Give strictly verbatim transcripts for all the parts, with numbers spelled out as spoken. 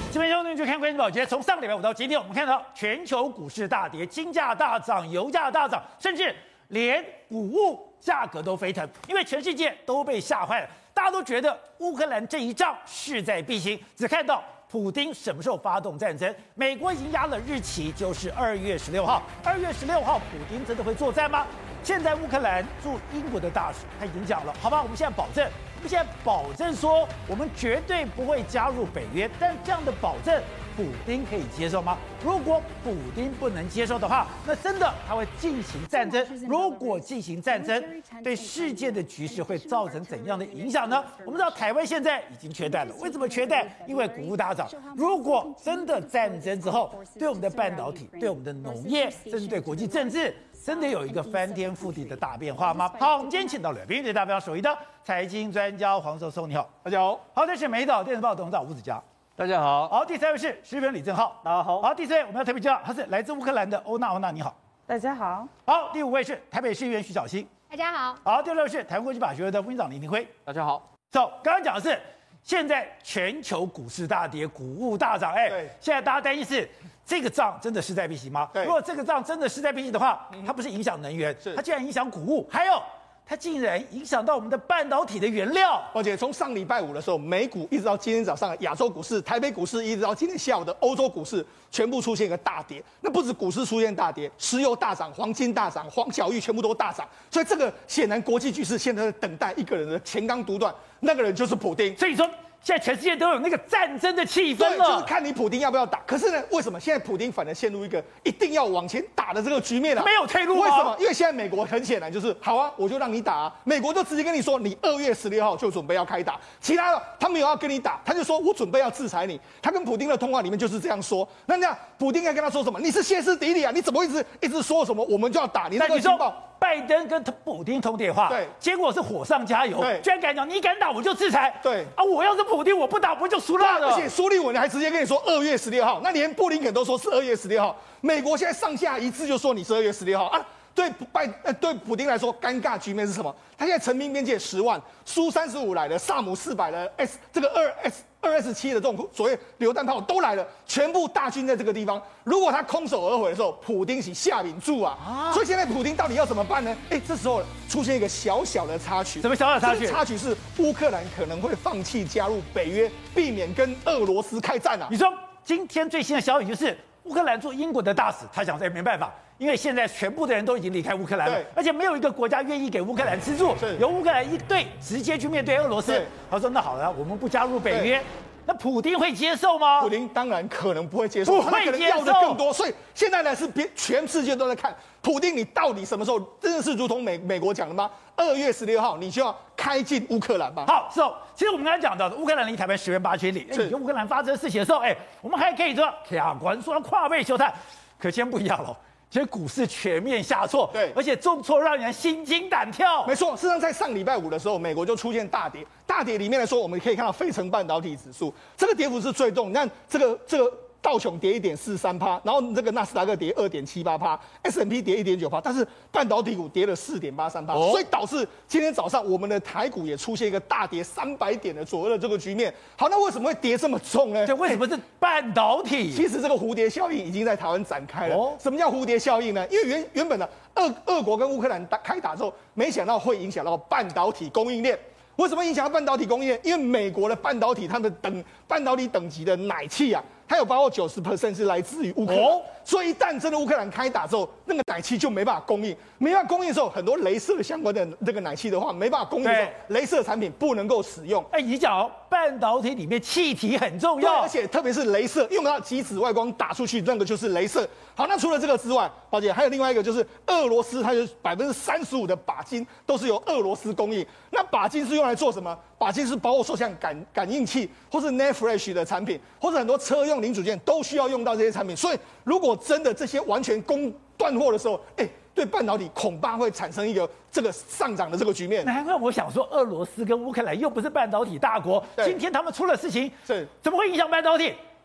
这边兄弟就看关键保洁，从上个礼拜五到今天，我们看到全球股市大跌，金价大涨，油价大涨，甚至连谷物价格都飞腾，因为全世界都被吓坏了，大家都觉得乌克兰这一仗势在必行，只看到普丁什么时候发动战争，美国已经压了日期，就是二月十六号。二月十六号，普丁真的会作战吗？现在乌克兰驻英国的大使他已经讲了，好吧，我们现在保证。我们现在保证说，我们绝对不会加入北约，但这样的保证，普丁可以接受吗？如果普丁不能接受的话，那真的他会进行战争。如果进行战争，对世界的局势会造成怎样的影响呢？我们知道台湾现在已经缺蛋了，为什么缺蛋？因为谷物大涨。如果真的战争之后，对我们的半导体、对我们的农业，甚至对国际政治，真的有一个翻天覆地的大变化吗？好，我们今天请到了并且代表首义的财经专家黄寿松，你好， 大家好。 好，这是美岛电视报董事长吴子嘉， 大家好。 好，第三位是时评李正浩， 大家好。 好，第四位我们要特别介绍，他是来自乌克兰的欧娜，欧娜你好， 大家好。 好，第五位是台北市议员徐小新， 大家好。 好，第六位是台湾国际法学会的副院长林廷辉， 大家好。 走，刚刚讲的是现在全球股市大跌，谷物大涨，哎，现在大家担心是这个仗真的势在必行吗？如果这个仗真的势在必行的话，嗯、它不是影响能源，它竟然影响谷物，还有它竟然影响到我们的半导体的原料。 而且从上礼拜五的时候，美股一直到今天早上，亚洲股市、台北股市，一直到今天下午的欧洲股市，全部出现一个大跌。那不止股市出现大跌，石油大涨，黄金大涨，黄小玉全部都大涨。所以这个显然国际局势现在在等待一个人的钱纲独断，那个人就是普丁。 所以说。现在全世界都有那个战争的气氛了， 对，就是看你普丁要不要打。可是呢，为什么现在普丁反而陷入一个一定要往前打的这个局面了？ 没有退路吗？ 为什么？因为现在美国很显然就是好啊，我就让你打啊。美国就直接跟你说，你二月十六号就准备要开打。其他的他没有要跟你打，他就说我准备要制裁你。他跟普丁的通话里面就是这样说。那这样，普丁该跟他说什么？你是歇斯底里啊！你怎么一直一直说什么我们就要打你？那个情报。 拜登跟普丁通电话， 对， 结果是火上加油，居然敢讲你敢打我就制裁， 对啊，我要是普丁我不打不就输了？ 而且苏利文还直接跟你说二月十六号，那连布林肯都说是二月十六号，美国现在上下一致就说你是二月十六号啊。对拜呃对普丁来说，尴尬局面是什么？他现在陈兵边界十万，苏三十五来了，萨姆四百了 ，S 这个二 S 二 S 七的这种所谓榴弹炮都来了，全部大军在这个地方。如果他空手而回的时候，普丁是下敏住啊，啊所以现在普丁到底要怎么办呢？哎，这时候出现一个小小的插曲， 什么小小的插曲？ 插曲是乌克兰可能会放弃加入北约，避免跟俄罗斯开战啊。 你说今天最新的消息就是乌克兰驻英国的大使，他想说没办法。因为现在全部的人都已经离开乌克兰了，而且没有一个国家愿意给乌克兰资助，由乌克兰一队直接去面对俄罗斯。他说：“那好了，我们不加入北约，那普丁会接受吗？” 普丁当然可能不会接受， 不会接受， 要的更多。所以现在呢是别全世界都在看普丁，你到底什么时候真的是如同美美国讲的吗？二月十六号你就要开进乌克兰吧。 好，是、so, 其实我们刚才讲到的，乌克兰离台湾十万八千里。哎，你跟乌克兰发生事情的时候，哎，我们还可以说卡关说跨位修探，可现在不一样了。其实股市全面下挫， 对， 而且重挫让人心惊胆跳。 没错，事实上在上礼拜五的时候，美国就出现大跌，大跌里面来说，我们可以看到费城半导体指数这个跌幅是最重，你看这个这个。道琼跌一点四三趴，然后这个纳斯达克跌二点七八趴 ，S and P 跌一点九趴，但是半导体股跌了四点八三趴，所以导致今天早上我们的台股也出现一个大跌三百点的左右的这个局面。好，那为什么会跌这么重呢？ 对，为什么是半导体？ 其实这个蝴蝶效应已经在台湾展开了。哦、什么叫蝴蝶效应呢？因为原原本的俄俄国跟乌克兰打开打之后，没想到会影响到半导体供应链。为什么影响到半导体供应链？因为美国的半导体，它的等半导体等级的奶气啊，它有包括九十 percent 是来自于乌克兰，哦、所以一旦真的乌克兰开打之后，那个奶气就没办法供应，没办法供应的时候，很多雷射相关的这个奶气的话，没办法供应的时候，雷射产品不能够使用。 哎，你讲哦，半导体里面气体很重要， 而且特别是雷射用到极紫外光打出去，那个就是雷射。好，那除了这个之外，宝姐还有另外一个就是俄罗斯，它有百分之三十五的钯金都是由俄罗斯供应。那钯金是用来做什么？钯金是包括说像感感应器或是 N A N D Flash 的产品，或者很多车用零组件都需要用到这些产品。所以如果真的这些完全供断货的时候，哎，对半导体恐怕会产生一个这个上涨的这个局面。 难怪我想说，俄罗斯跟乌克兰又不是半导体大国，今天他们出了事情， 是怎么会影响半导体？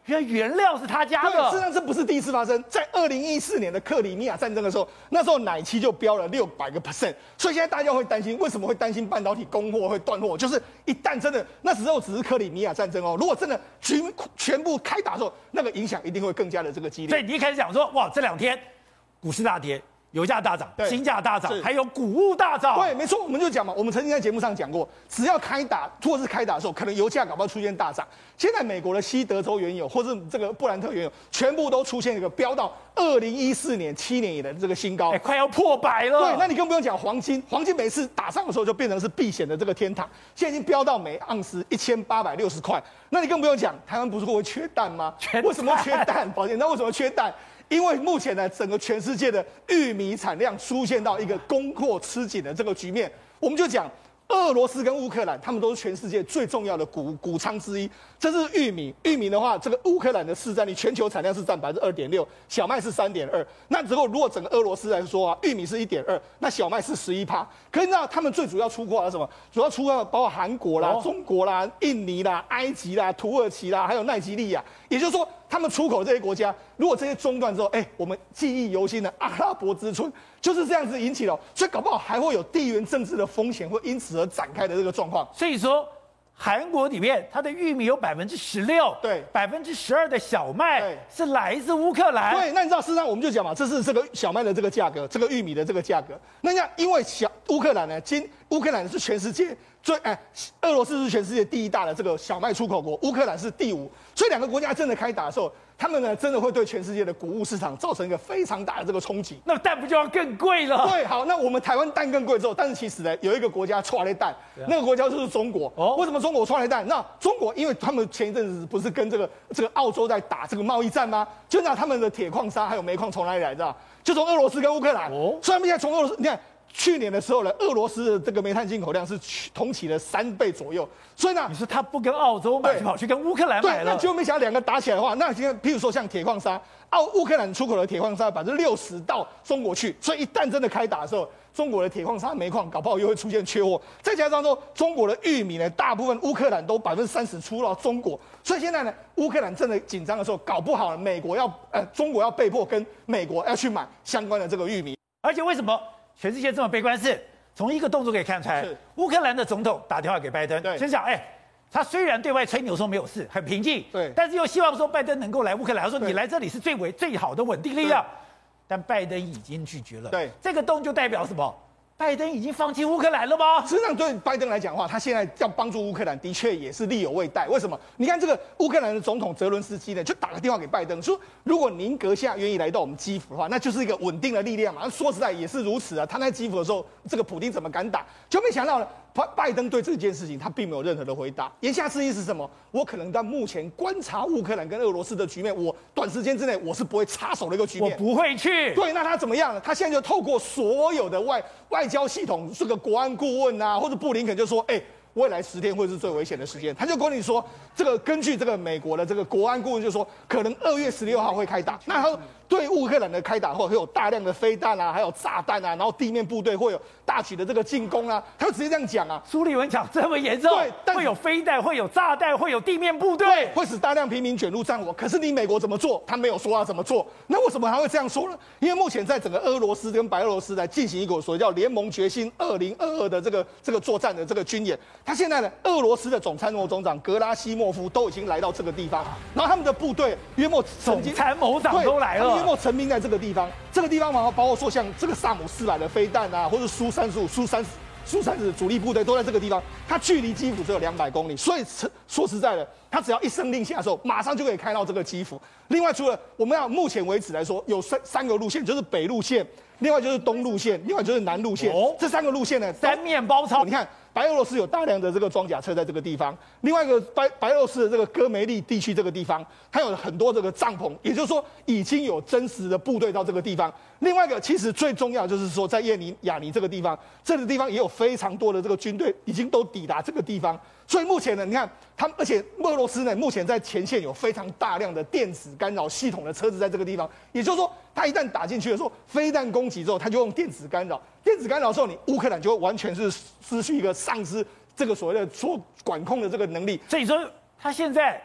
原来原料是他家对， 的。 事实上这不是第一次发生，在二零一四年的克里米亚战争的时候，那时候奶期就飙了六百个 percent， 所以现在大家会担心，为什么会担心半导体供货会断货？就是一旦真的那时候只是克里米亚战争哦，如果真的全全部开打的时候，那个影响一定会更加的这个激烈。 所以你一开始讲说，哇，这两天股市大跌。油价大涨，金价大涨，还有谷物大涨。 对，没错，我们就讲嘛，我们曾经在节目上讲过，只要开打或是开打的时候，可能油价搞不好出现大涨。现在美国的西德州原油或是这个布兰特原油，全部都出现一个飙到二零一四年七年以来的这个新高， 哎，快要破百了。 对，那你更不用讲黄金，黄金每次打上的时候就变成是避险的这个天堂，现在已经飙到每盎司一千八百六十块。那你更不用讲，台湾不是会缺蛋吗？为什么缺蛋？抱歉，那为什么缺蛋？因为目前呢，整个全世界的玉米产量出现到一个供过吃紧的这个局面，我们就讲俄罗斯跟乌克兰，他们都是全世界最重要的谷谷仓之一。这是玉米，玉米的话，这个乌克兰的市占率，全球产量是占百分之二点六，小麦是三点二。那之后如果整个俄罗斯来说啊，玉米是一点二，那小麦是十一趴。可是你知道他们最主要出货是什么？主要出货包括韩国啦、哦、中国啦、印尼啦、埃及啦、土耳其啦，还有奈及利亚。也就是说，他们出口这些国家，如果这些中断之后，哎，我们记忆犹新的阿拉伯之春就是这样子引起的，所以搞不好还会有地缘政治的风险，会因此而展开的这个状况。 所以说，韩国里面它的玉米有百分之十六， 对， 百分之十二的小麦是来自乌克兰。 对，那你知道，事实上我们就讲嘛，这是这个小麦的这个价格，这个玉米的这个价格。那你看，因为小乌克兰呢，今乌克兰是全世界最哎，俄罗斯是全世界第一大的这个小麦出口国，乌克兰是第五，所以两个国家真的开打的时候，他们呢真的会对全世界的谷物市场造成一个非常大的这个冲击。 那蛋不就要更贵了？ 对，好，那我们台湾蛋更贵之后，但是其实呢，有一个国家错了蛋，那个国家就是中国。哦，为什么中国错了蛋？那中国因为他们前一阵子不是跟这个这个澳洲在打这个贸易战吗？就拿他们的铁矿砂还有煤矿从哪里来？知道？就从俄罗斯跟乌克兰。哦，所以他们现在从俄罗斯，你看。去年的时候呢，俄罗斯的这个煤炭进口量是同期的三倍左右，所以呢， 你说他不跟澳洲买，跑去跟乌克兰买了， 对，那结果没想到两个打起来的话，那今天譬如说像铁矿砂，澳乌克兰出口的铁矿砂百分之六十到中国去，所以一旦真的开打的时候，中国的铁矿砂、煤矿搞不好又会出现缺货，再加上说中国的玉米呢，大部分乌克兰都百分之三十出到中国，所以现在呢，乌克兰真的紧张的时候，搞不好美国要呃中国要被迫跟美国要去买相关的这个玉米， 而且为什么全世界这么悲观是？从一个动作可以看出来，乌克兰的总统打电话给拜登，先讲，哎，他虽然对外吹牛说没有事，很平静， 对， 但是又希望说拜登能够来乌克兰，他说你来这里是最为最好的稳定力量，但拜登已经拒绝了， 对， 这个动就代表什么？拜登已经放弃乌克兰了吗？ 实际上，对拜登来讲的话，他现在要帮助乌克兰，的确也是力有未逮。为什么？你看这个乌克兰的总统泽伦斯基呢，就打个电话给拜登，说如果您阁下愿意来到我们基辅的话，那就是一个稳定的力量嘛。说实在也是如此啊。他在基辅的时候，这个普丁怎么敢打？就没想到呢，拜拜登对这件事情他并没有任何的回答。言下之意是什么？我可能在目前观察乌克兰跟俄罗斯的局面，我短时间之内我是不会插手的一个局面。 我不会去。 对，那他怎么样呢？他现在就透过所有的外外交系统。这个国安顾问啊，或者布林肯就说：“哎、欸，未来十天会是最危险的时间。”他就跟你说，这个根据这个美国的这个国安顾问就说，可能二月十六号会开打。那他对乌克兰的开打后，会有大量的飞弹啊，还有炸弹啊，然后地面部队会有大举的这个进攻啊，他就直接这样讲啊。 苏立文讲这么严重，对，会有飞弹，会有炸弹，会有地面部队， 会使大量平民卷入战火。可是你美国怎么做？他没有说要怎么做。那为什么他会这样说呢？因为目前在整个俄罗斯跟白俄罗斯来进行一个所谓叫联盟决心二零二二的这个这个作战的这个军演。他现在呢，俄罗斯的总参谋总长格拉西莫夫都已经来到这个地方，然后他们的部队约莫总参谋长都来了， 约莫成兵在这个地方。这个地方嘛，包括说像这个萨姆四百的飞弹啊，或者苏三十五、苏三十。苏三十主力部队都在这个地方，它距离基辅只有两百公里，所以说实在的，它只要一声令下的时候，马上就可以开到这个基辅。另外，除了我们要目前为止来说，有三三个路线，就是北路线，另外就是东路线，另外就是南路线。哦，这三个路线呢， 三面包抄。 你看，白俄罗斯有大量的这个装甲车在这个地方，另外一个白白俄罗斯的这个戈梅利地区这个地方，它有很多这个帐篷，也就是说已经有真实的部队到这个地方。另外一个，其实最重要就是说，在叶尼亚尼这个地方，这个地方也有非常多的这个军队已经都抵达这个地方。所以目前呢，你看他们，而且俄罗斯呢，目前在前线有非常大量的电子干扰系统的车子在这个地方，也就是说，他一旦打进去的时候，飞弹攻击之后，他就用电子干扰，电子干扰之后，你乌克兰就会完全是失去一个丧失这个所谓的说管控的这个能力。 所以说，他现在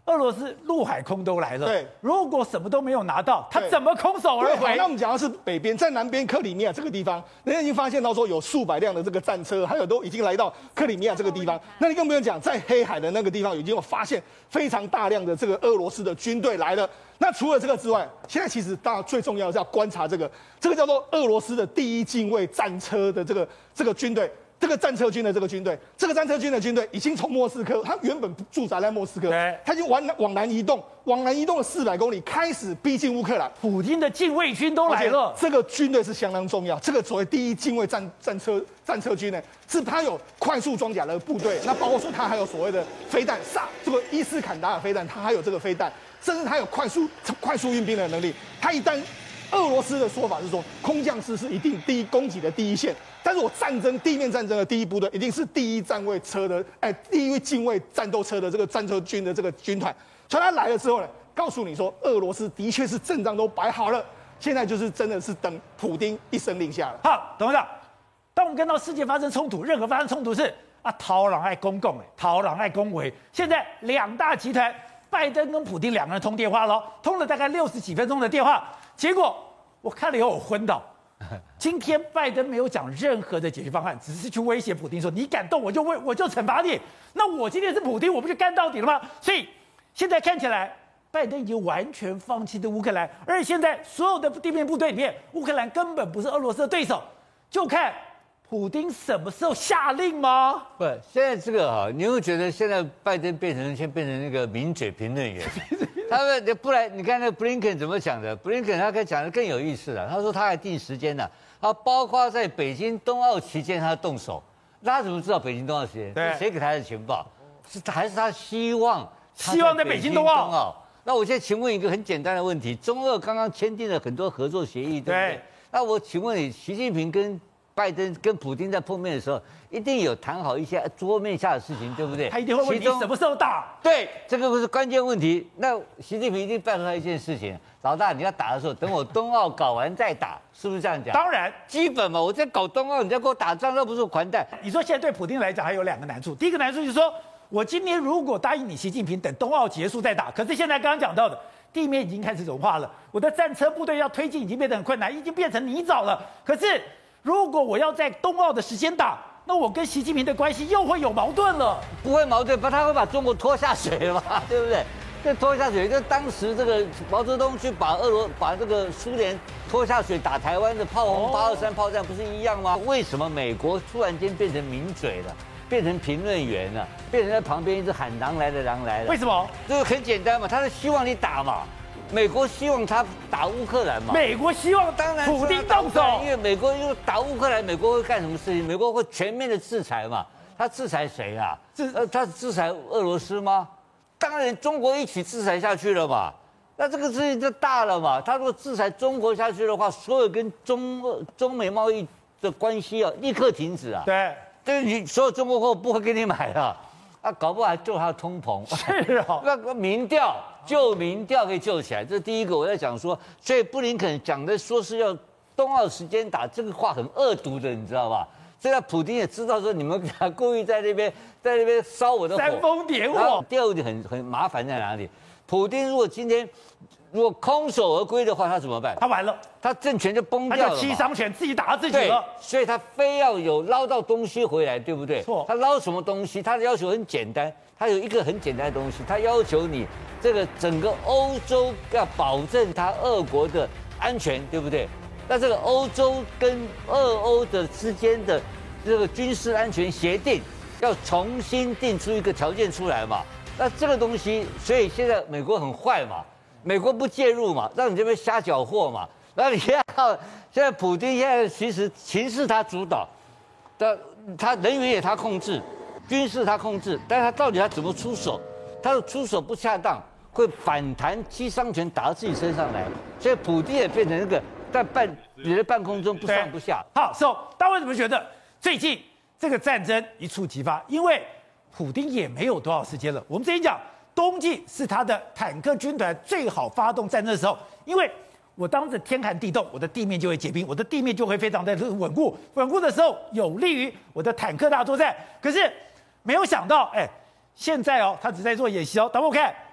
俄罗斯陆海空都来了， 对， 如果什么都没有拿到，他怎么空手而好， 回？ 那我们讲的是北边，在南边克里米亚这个地方，人家已经发现到说有数百辆的这个战车，还有都已经来到克里米亚这个地方。那你更不用讲，在黑海的那个地方已经有发现非常大量的这个俄罗斯的军队来了。那除了这个之外，现在其实大家最重要的是要观察这个，这个叫做俄罗斯的第一近卫战车的这个这个军队。这个战车军的这个军队，这个战车军的军队已经从莫斯科，他原本驻扎在莫斯科，他已经往南往南移动，往南移动了四百公里，开始逼近乌克兰。 普京的禁卫军都来了， 这个军队是相当重要。这个所谓第一近卫战战车战车军呢，是它有快速装甲的部队，那包括说它还有所谓的飞弹，萨这个伊斯坎达尔飞弹，它还有这个飞弹，甚至它有快速快速运兵的能力。它一旦俄罗斯的说法是说，空降师是一定第一攻击的第一线，但是我战争地面战争的第一部队一定是第一站位车的，哎，第一位近卫战斗车的这个战车军的这个军团。所以他来了之后呢，告诉你说，俄罗斯的确是阵仗都摆好了，现在就是真的是等普丁一声令下了。 好，董事长，当我们看到世界发生冲突，任何发生冲突是啊，讨壤爱公共，哎，讨壤爱公维。现在两大集团，拜登跟普丁两个人通电话了，通了大概六十几分钟的电话。结果我看了以后我昏倒。今天拜登没有讲任何的解决方案，只是去威胁普丁说：“你敢动我就威我就惩罚你。”那我今天是普丁，我不就干到底了吗？所以现在看起来，拜登已经完全放弃的乌克兰，而且现在所有的地面部队里面，乌克兰根本不是俄罗斯的对手，就看普丁什么时候下令吗？ 不，现在这个哈，你会觉得现在拜登变成先变成那个名嘴评论员。他们不然，你看那个布林肯怎么讲的？布林肯他跟讲的更有意思了。他说他还定时间呢，他包括在北京冬奥期间他动手。那他怎么知道北京冬奥期间？ 对， 谁给他的情报？是还是他希望希望在北京冬奥？ 冬奥？那我现在请问一个很简单的问题：中俄刚刚签订了很多合作协议，对不对？对，那我请问你，习近平跟拜登跟普丁在碰面的时候，一定有谈好一些桌面下的事情，对不对？ 他一定会问你什么时候打。 对，这个不是关键问题。那习近平一定拜托他一件事情：老大，你要打的时候，等我冬奥搞完再打，是不是这样讲？ 当然， 基本嘛，我在搞冬奥，你在给我打仗，那不是还贷？ 你说现在对普丁来讲还有两个难处，第一个难处就是说，我今年如果答应你习近平等冬奥结束再打，可是现在刚刚讲到的。地面已经开始融化了，我的战车部队要推进已经变得很困难，已经变成泥沼了。可是，如果我要在冬奥的时间打，那我跟习近平的关系又会有矛盾了。 不会矛盾，不，他会把中国拖下水了嘛，对不对？这拖下水，跟当时这个毛泽东去把俄罗把这个苏联拖下水打台湾的炮轰八二三炮战不是一样吗？为什么美国突然间变成名嘴了？变成评论员了，变成在旁边一直喊“狼来了，狼来了”。 为什么？ 这个很简单嘛，他是希望你打嘛。美国希望他打乌克兰嘛。 美国希望当然普丁动手， 因为美国又打乌克兰，美国会干什么事情？美国会全面的制裁嘛。他制裁谁啊？呃，他制裁俄罗斯吗？当然，中国一起制裁下去了嘛。那这个事情就大了嘛。他如果制裁中国下去的话，所有跟中中美贸易的关系啊，立刻停止啊。 对。 对，你所有中国货不会给你买了，啊，搞不好还救他的通膨。 是哦， 那个民调救民调可以救起来，这是第一个我在讲说，所以布林肯讲的说是要冬奥时间打，这个话很恶毒的，你知道吧？这个普丁也知道说你们故意在那边在那边烧我的火， 煽风点火。 第二个很很麻烦在哪里？普丁如果今天如果空手而归的话，他怎么办？ 他完了， 他政权就崩掉了， 他就七伤拳自己打自己了。 所以他非要有捞到东西回来，对不对？ 错。 他捞什么东西？他的要求很简单，他有一个很简单的东西，他要求你这个整个欧洲要保证他俄国的安全，对不对？那这个欧洲跟俄欧的之间的这个军事安全协定，要重新定出一个条件出来嘛？那这个东西，所以现在美国很坏嘛。美国不介入嘛，让你这边瞎搅和嘛。然后你现在靠，现在普丁现在其实情势他主导，的他人员也他控制，军事他控制，但是他到底他怎么出手？他的出手不恰当，会反弹击伤拳打到自己身上来。所以普丁也变成一个在半你的半空中不上不下。 好 ，So 大家为什么觉得最近这个战争一触即发？因为普丁也没有多少时间了。我们之前讲。冬季是他的坦克军团最好发动战争的时候，因为我当着天寒地冻，我的地面就会结冰，我的地面就会非常的稳固，稳固的时候有利于我的坦克大作战。可是没有想到，哎，现在哦，他只在做演习哦。等我看，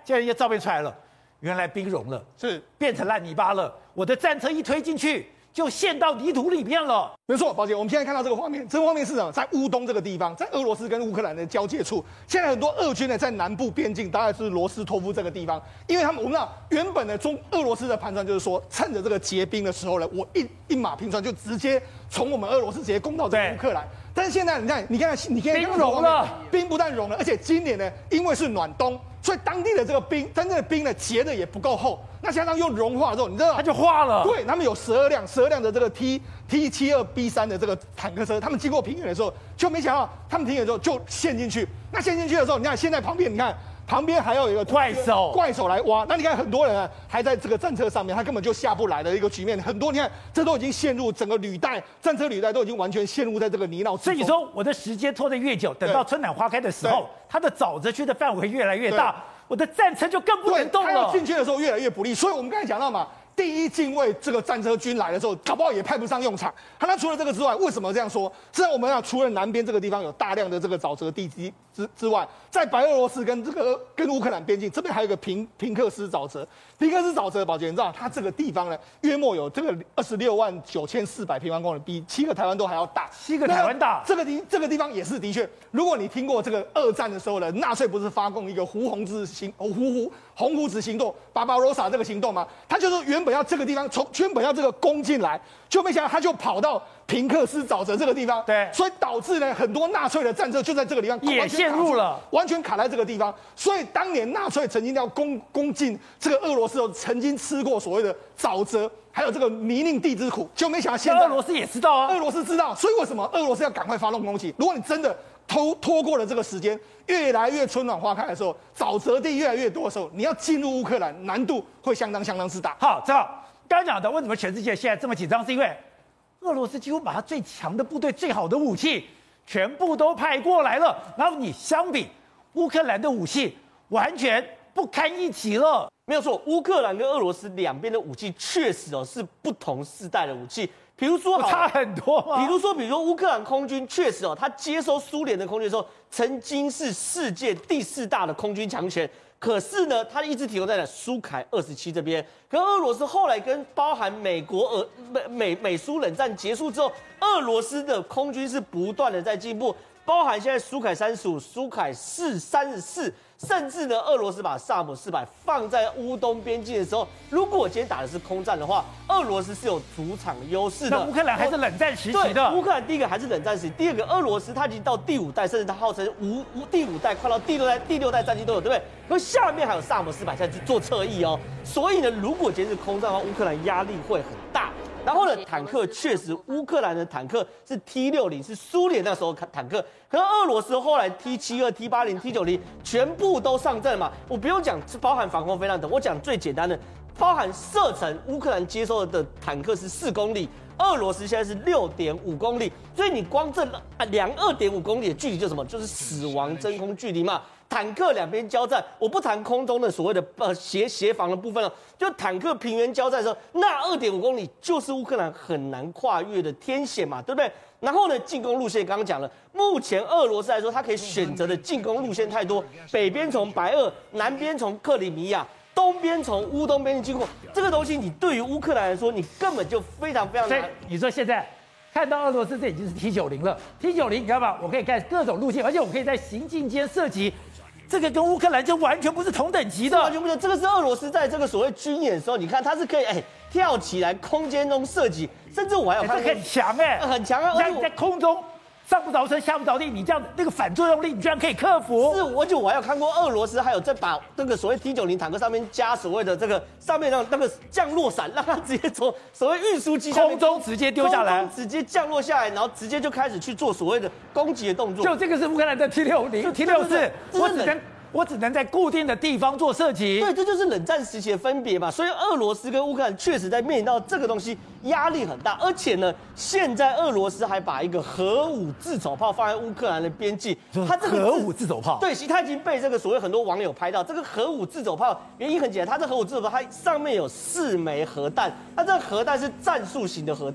现在一些照片出来了，原来冰融了， 是变成烂泥巴了。我的战车一推进去，就陷到泥土里面了。 没错，宝姐，我们现在看到这个画面，这个画面是什么？在乌东这个地方，在俄罗斯跟乌克兰的交界处，现在很多俄军呢在南部边境，大概是罗斯托夫这个地方，因为他们我们知道原本的中俄罗斯的盘算就是说，趁着这个结冰的时候呢，我一一马平川就直接从我们俄罗斯直接攻到这个乌克兰。但是现在你看，你看，你看， 冰融了， 冰不但融了，而且今年呢，因为是暖冬，所以当地的这个冰，真正的冰呢结的也不够厚，那加上又融化之后，你知道它就化了。 对，他们有十二辆十二辆的这个 T T 七二 B 三的这个坦克车，他们经过平原的时候，就没想到他们平原之后就陷进去。那陷进去的时候，你看现在旁边，你看旁边还有一个怪手怪手来挖。那你看很多人啊，还在这个战车上面，他根本就下不来的一个局面。很多你看，这都已经陷入整个履带，战车履带都已经完全陷入在这个泥淖之中。 所以你说我的时间拖得越久，等到春暖花开的时候，它的沼泽区的范围越来越大，我的战车就更不能动了。 它要进去的时候越来越不利。所以我们刚才讲到嘛。第一近卫这个战车军来的时候，搞不好也派不上用场。那除了这个之外，为什么这样说？是我们啊，除了南边这个地方有大量的这个沼泽地基之之外，在白俄罗斯跟这个跟乌克兰边境这边还有一个平平克斯沼泽。平克斯沼泽，宝姐你知道，它这个地方呢，约莫有这个二十六万九千四百平方公里，比七个台湾都还要大。 七个台湾大， 这个地这个地方也是的确。如果你听过这个二战的时候呢，纳粹不是发动一个胡红之行胡胡红胡子行动，巴巴罗萨这个行动吗？他就是原本要这个地方从原本要这个攻进来，就没想到他就跑到平克斯沼泽这个地方， 对， 所以导致呢很多纳粹的战车就在这个地方也陷入了， 完全卡在这个地方。所以当年纳粹曾经要攻攻进这个俄罗斯的时候，曾经吃过所谓的沼泽，还有这个泥泞地之苦，就没想到现在俄罗斯也知道啊， 俄罗斯知道，所以为什么俄罗斯要赶快发动攻击？如果你真的拖拖过了这个时间，越来越春暖花开的时候，沼泽地越来越多的时候，你要进入乌克兰难度会相当相当之大。 好，正好刚刚讲的，为什么全世界现在这么紧张？是因为俄罗斯几乎把他最强的部队、最好的武器全部都派过来了，然后你相比乌克兰的武器，完全不堪一击了。 没有错，乌克兰跟俄罗斯两边的武器确实哦是不同世代的武器。比如说， 差很多吗？ 比如说，比如说，乌克兰空军确实哦，他接收苏联的空军的时候，曾经是世界第四大的空军强权。可是呢，他一直停留在了苏凯二十七这边。可俄罗斯后来跟包含美国、俄美美美苏冷战结束之后，俄罗斯的空军是不断的在进步，包含现在苏凯三十五、苏凯四三十四。甚至呢，俄罗斯把萨姆四百放在乌东边境的时候，如果我今天打的是空战的话，俄罗斯是有主场优势的。 那乌克兰还是冷战时期的。 乌克兰第一个还是冷战时期，第二个俄罗斯它已经到第五代，甚至它号称无无第五代，快到第六代、第六代战机都有，对不对？可下面还有萨姆四百在去做侧翼哦。所以呢，如果今天是空战的话，乌克兰压力会很大。然后呢，坦克确实，乌克兰的坦克是 T 六十，是苏联那时候坦克。可是俄罗斯后来 T 七十二、T 八十、T 九十全部都上阵嘛，我不用讲包含防空飞弹等，我讲最简单的，包含射程，乌克兰接收的坦克是四公里，俄罗斯现在是六点五公里，所以你光这量二点五公里的距离就什么，就是死亡真空距离嘛。坦克两边交战，我不谈空中的所谓的呃协协防的部分了，就坦克平原交战的时候，那二点五公里就是乌克兰很难跨越的天险嘛，对不对？然后呢，进攻路线刚刚讲了，目前俄罗斯来说，它可以选择的进攻路线太多，北边从白俄，南边从克里米亚，东边从乌东边境经过，这个东西你对于乌克兰来说，你根本就非常非常难。 你说现在看到俄罗斯这已经是 T 九十了 ，T 九十你知道吧？我可以看各种路线，而且我可以在行进间射击。这个跟乌克兰就完全不是同等级的， 完全不是。这个是俄罗斯在这个所谓军演的时候，你看它是可以哎跳起来空间中射击，甚至我还有看这很强哎， 很强啊！ 而且在空中上不着车下不着地，你这样那个反作用力，你居然可以克服。 是，而且我还有看过俄罗斯还有在把这个所谓 T 九十坦克上面加所谓的这个上面让那个降落伞，让它直接从所谓运输机空中直接丢下来， 直接降落下来，然后直接就开始去做所谓的攻击的动作。 就这个是乌克兰的 T 六十、T 六十四，我只能。我只能在固定的地方做射击。 对，这就是冷战时期的分别嘛。所以俄罗斯跟乌克兰确实在面临到这个东西压力很大，而且呢，现在俄罗斯还把一个核武自走炮放在乌克兰的边境。 它这个核武自走炮， 对，其实它已经被这个所谓很多网友拍到。这个核武自走炮原因很简单，它这核武自走炮它上面有四枚核弹，它这个核弹是战术型的核弹。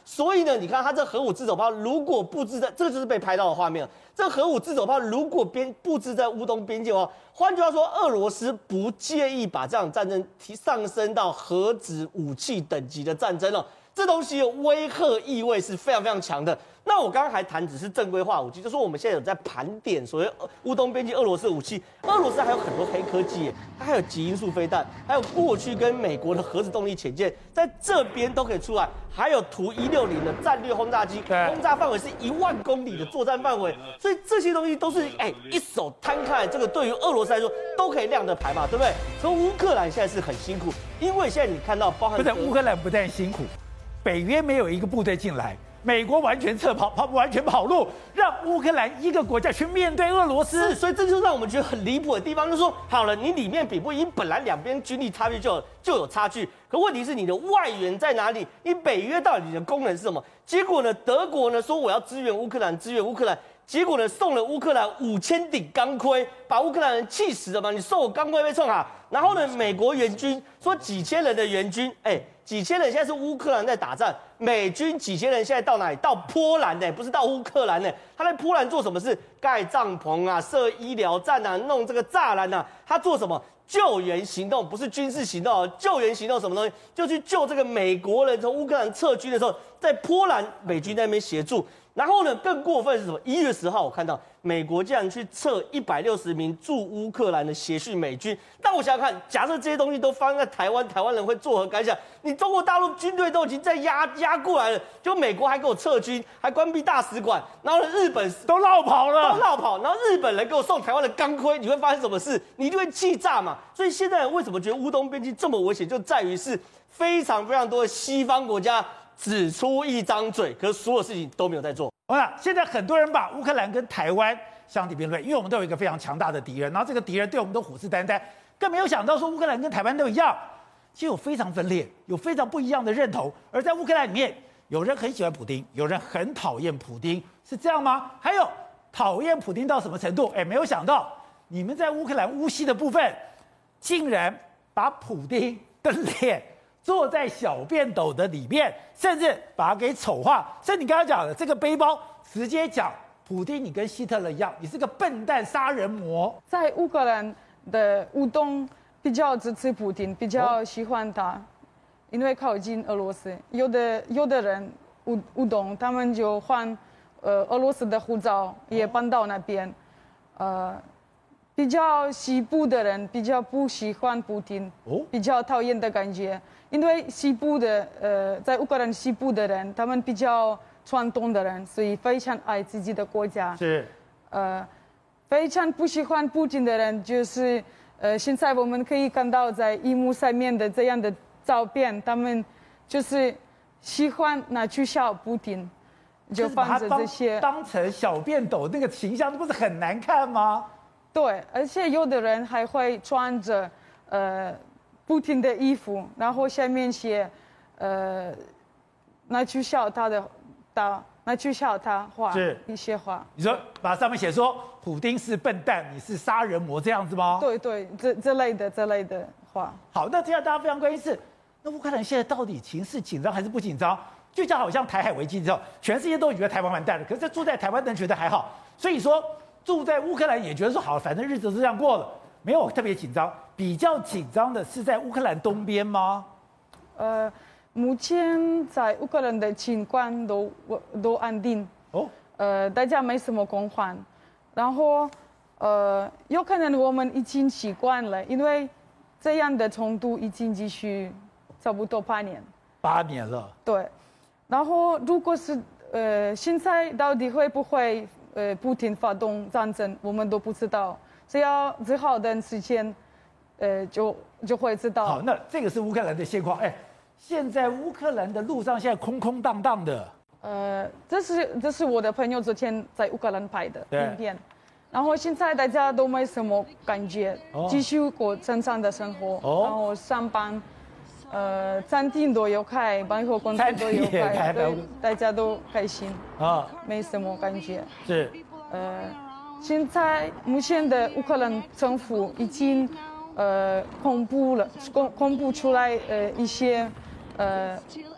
所以呢，你看它这核武自走炮如果布置在，这个就是被拍到的画面。这核武自走炮如果边布置在乌东边界哦，换句话说，俄罗斯不介意把这场战争提上升到核子武器等级的战争哦。这东西的威吓意味是非常非常强的。那我刚刚还谈只是正规化武器，就说我们现在有在盘点所谓乌东边境俄罗斯的武器。俄罗斯还有很多黑科技耶，它还有极音速飞弹，还有过去跟美国的核子动力潜舰，在这边都可以出来。还有图一六零的战略轰炸机，轰炸范围是一万公里的作战范围，所以这些东西都是哎一手摊开，这个对于俄罗斯来说都可以亮着牌嘛，对不对？可乌克兰现在是很辛苦，因为现在你看到包含不是乌克兰不但辛苦。北约没有一个部队进来，美国完全撤跑，跑完全跑路，让乌克兰一个国家去面对俄罗斯， 所以这就让我们觉得很离谱的地方，就是说，好了，你里面比不赢，本来两边军力差距就有就有差距，可问题是你的外援在哪里？你北约到底的功能是什么？结果呢，德国呢说我要支援乌克兰，支援乌克兰。结果呢，送了乌克兰五千顶钢盔，把乌克兰人气死了嘛！你送我钢盔被冲啊！然后呢，美国援军说几千人的援军，哎，几千人现在是乌克兰在打仗，美军几千人现在到哪里？到波兰呢，不是到乌克兰呢。他在波兰做什么事？盖帐篷啊，设医疗站啊，弄这个栅栏啊。他做什么？救援行动，不是军事行动，救援行动什么东西？就去救这个美国人从乌克兰撤军的时候，在波兰美军在那边协助。然后呢，更过分是什么？一月十号，我看到美国竟然去撤一百六十名驻乌克兰的协训美军。但我想想看，假设这些东西都发生在台湾，台湾人会作何感想？你中国大陆军队都已经在压压过来了，就美国还给我撤军，还关闭大使馆，然后呢，日本都绕跑了， 都绕跑，然后日本人给我送台湾的钢盔，你会发生什么事？你一定会气炸嘛。所以现在为什么觉得乌东边境这么危险，就在于是非常非常多的西方国家只出一张嘴，可是所有事情都没有在做。 好了，现在很多人把乌克兰跟台湾相提并论，因为我们都有一个非常强大的敌人，然后这个敌人对我们都虎视眈眈，更没有想到说乌克兰跟台湾都一样，其实有非常分裂，有非常不一样的认同。而在乌克兰里面，有人很喜欢普丁，有人很讨厌普丁，是这样吗？还有讨厌普丁到什么程度？哎，没有想到你们在乌克兰乌西的部分，竟然把普丁的脸坐在小便斗的里面，甚至把它给丑化。所以你刚刚讲的这个背包，直接讲普丁，你跟希特勒一样，你是个笨蛋杀人魔。 在乌克兰的乌东比较支持普丁，比较喜欢他，哦、因为靠近俄罗斯。有的有的人乌乌东，他们就换呃俄罗斯的护照，也搬到那边。呃，比较西部的人比较不喜欢普丁，哦、比较讨厌的感觉。因为西部的呃，在乌克兰西部的人，他们比较传统的人，所以非常爱自己的国家。 是， 呃，非常不喜欢普丁的人，就是呃，现在我们可以看到在荧幕上面的这样的照片，他们就是喜欢拿去笑普丁，就放着这些， 当成小便斗那个形象，不是很难看吗？ 对，而且有的人还会穿着呃。普丁的衣服，然后下面写，呃，拿去笑他的，他拿去笑他话， 是一些话。 你说把上面写说普丁是笨蛋，你是杀人魔这样子吗？ 对对，这这类的这类的话。 好，那这样大家非常关心是，那乌克兰现在到底情势紧张还是不紧张？就像好像台海危机之后，全世界都觉得台湾完蛋了，可是住在台湾的人觉得还好，所以说住在乌克兰也觉得说好，反正日子是这样过了。没有特别紧张，比较紧张的是在乌克兰东边吗？ 呃，目前在乌克兰的情况都都安定哦，呃，大家没什么恐慌，然后呃，有可能我们已经习惯了，因为这样的冲突已经继续差不多八年。 八年了。对， 然后如果是呃现在到底会不会呃普丁发动战争，我们都不知道。只要只好等时间，呃，就就会知道。 好，那这个是乌克兰的现况。哎，现在乌克兰的路上现在空空荡荡的。 呃，这是这是我的朋友昨天在乌克兰拍的影片，然后现在大家都没什么感觉，哦、继续过正常的生活，哦、然后上班，呃，餐厅都有开，百货公司都有开，对，大家都开心啊，哦、没什么感觉。 是， 呃。现在目前的乌克兰政府已经呃公布了公公布出来呃一些呃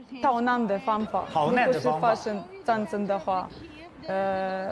逃难的方法。 逃难的如果方法是发生战争的话，呃，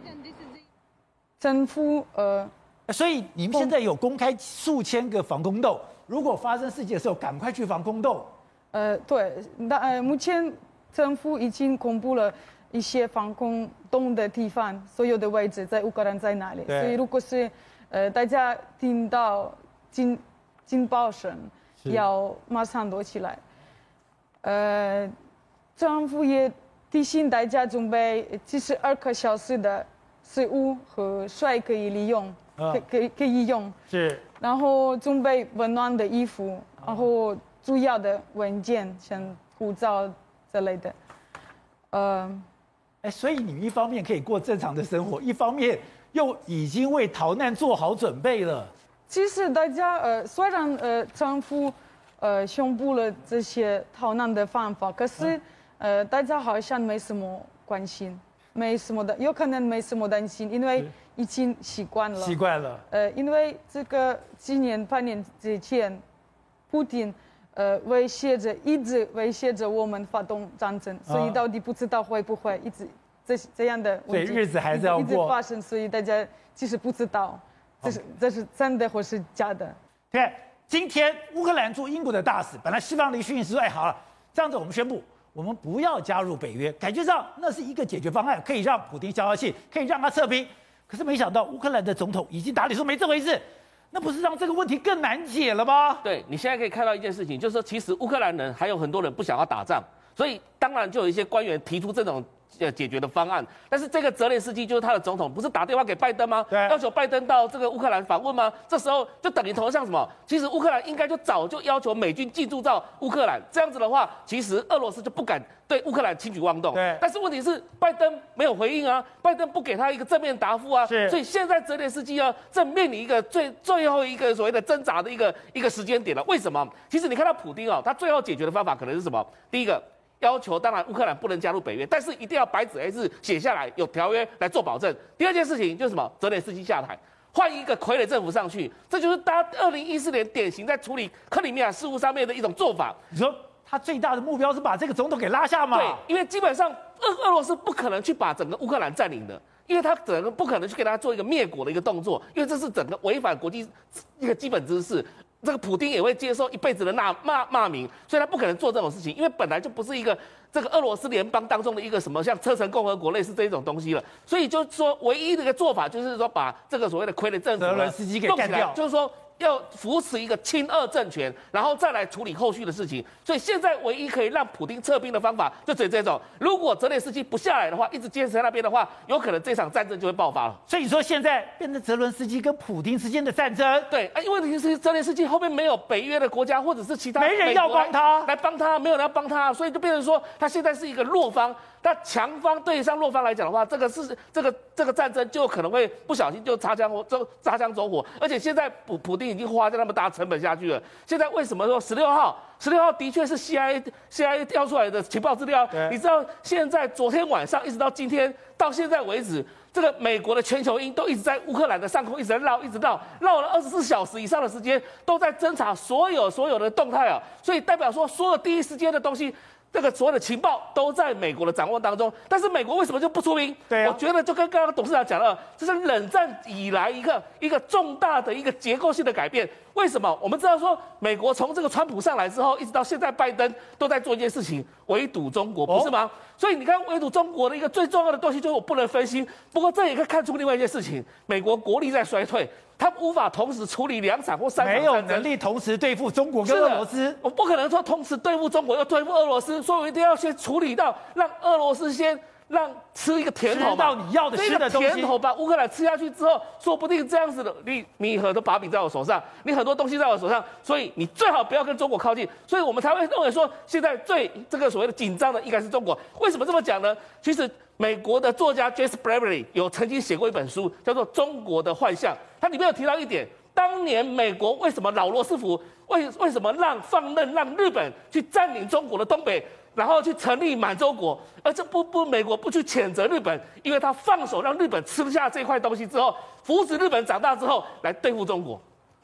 政府呃。 所以你们现在有公开数千个防空洞，如果发生事情的时候，赶快去防空洞。 呃，对，那呃，目前政府已经公布了一些防空洞的地方，所有的位置在乌克兰在哪里？所以如果是呃大家听到警警报声，要马上躲起来。呃，政府也提醒大家准备七十二个小时的食物和水可以利用。可可以可以用是， 然后准备温暖的衣服，然后主要的文件像护照之类的，呃， 哎，所以你们一方面可以过正常的生活，一方面又已经为逃难做好准备了。 其实大家呃，虽然呃政府呃宣布了这些逃难的方法，可是、嗯、呃大家好像没什么关心，没什么的，有可能没什么担心，因为已经习惯了。 习惯了。 呃，因为这个几年、半年之前，普丁呃威胁着，一直威胁着我们发动战争，所以到底不知道会不会一直这这样的问题， 所以日子还是要过， 一直发生，所以大家其实不知道这是这是真的或是假的。 对，今天乌克兰驻英国的大使本来释放了一个讯息说，哎，好了，这样子我们宣布。我们不要加入北约，感觉上那是一个解决方案，可以让普丁消消气，可以让他撤兵。可是没想到乌克兰的总统已经打脸说没这回事，那不是让这个问题更难解了吗？ 对，你现在可以看到一件事情，就是说其实乌克兰人还有很多人不想要打仗，所以当然就有一些官员提出这种呃解决的方案。但是这个泽连斯基就是他的总统，不是打电话给拜登吗？ 对， 要求拜登到这个乌克兰访问吗？这时候就等于头像什么？其实乌克兰应该就早就要求美军进驻到乌克兰，这样子的话，其实俄罗斯就不敢对乌克兰轻举妄动。 对， 但是问题是拜登没有回应啊，拜登不给他一个正面答复啊， 是， 所以现在泽连斯基啊正面临一个最最后一个所谓的挣扎的一个一个时间点了。为什么？其实你看到普丁哦，他最后解决的方法可能是什么？第一个。要求当然乌克兰不能加入北约，但是一定要白纸黑字写下来，有条约来做保证。第二件事情就是什么？泽连斯基下台，换一个傀儡政府上去，这就是大家二零一四年典型在处理克里米亚事务上面的一种做法。 你说他最大的目标是把这个总统给拉下嘛？ 对，因为基本上俄俄罗斯不可能去把整个乌克兰占领的。因为他整个不可能去给他做一个灭国的一个动作，因为这是整个违反国际一个基本知识。这个普丁也会接受一辈子的骂骂骂名，所以他不可能做这种事情，因为本来就不是一个这个俄罗斯联邦当中的一个什么像车臣共和国类似这种东西了，所以就是说唯一的一个做法就是说把这个所谓的傀儡政府泽连斯基给干掉， 就是说。要扶持一个亲俄政权，然后再来处理后续的事情。所以现在唯一可以让普丁撤兵的方法，就只有这种。如果泽连斯基不下来的话，一直坚持在那边的话，有可能这场战争就会爆发了。 所以你说现在变成泽连斯基跟普丁之间的战争， 对，啊，因为问题是泽连斯基后面没有北约的国家或者是其他没人要帮他来帮他，没有人要帮他，所以就变成说他现在是一个弱方。那强方对上弱方来讲的话，这个是这个这个战争就可能会不小心就擦枪走擦枪走火，而且现在普普丁已经花在那么大成本下去了。现在为什么说十六号？十六号的确是 C I A C I A 调出来的情报资料，你知道现在昨天晚上一直到今天到现在为止，这个美国的全球鹰都一直在乌克兰的上空一直在绕，一直绕，绕了二十四小时以上的时间，都在侦查所有所有的动态啊，所以代表说所有第一时间的东西。这个所有的情报都在美国的掌握当中，但是美国为什么就不出兵？ 对啊， 我觉得就跟刚刚董事长讲了，这是冷战以来一个一个重大的一个结构性的改变。为什么？我们知道说，美国从这个川普上来之后，一直到现在拜登都在做一件事情，围堵中国，不是吗？哦、所以你看，围堵中国的一个最重要的东西就是我不能分心。不过这也可以看出另外一件事情，美国国力在衰退。他无法同时处理两场或三场战争， 没有能力同时对付中国跟俄罗斯。 我不可能说同时对付中国又对付俄罗斯，所以我一定要先处理到让俄罗斯先让吃一个甜头嘛， 吃到你要的吃的东西。 甜头把乌克兰吃下去之后，说不定这样子的，你你很多把柄在我手上，你很多东西在我手上，所以你最好不要跟中国靠近。所以我们才会认为说，现在最这个所谓的紧张的应该是中国。为什么这么讲呢？其实。美国的作家 James Bradbury 有曾经写过一本书，叫做《中国的幻象》。它里面有提到一点，当年美国为什么老罗斯福为为什么让放任让日本去占领中国的东北，然后去成立满洲国，而这不不美国不去谴责日本，因为他放手让日本吃下这块东西之后，扶持日本长大之后来对付中国。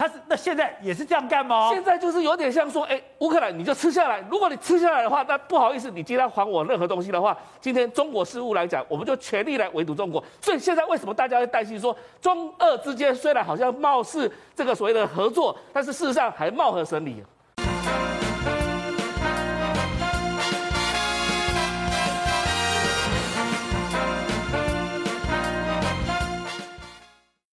他是那现在也是这样干吗？ 现在就是有点像说，哎，乌克兰你就吃下来，如果你吃下来的话，那不好意思，你今天还我任何东西的话，今天中国事务来讲，我们就全力来围堵中国。所以现在为什么大家会担心说，中俄之间虽然好像貌似这个所谓的合作，但是事实上还貌合神离。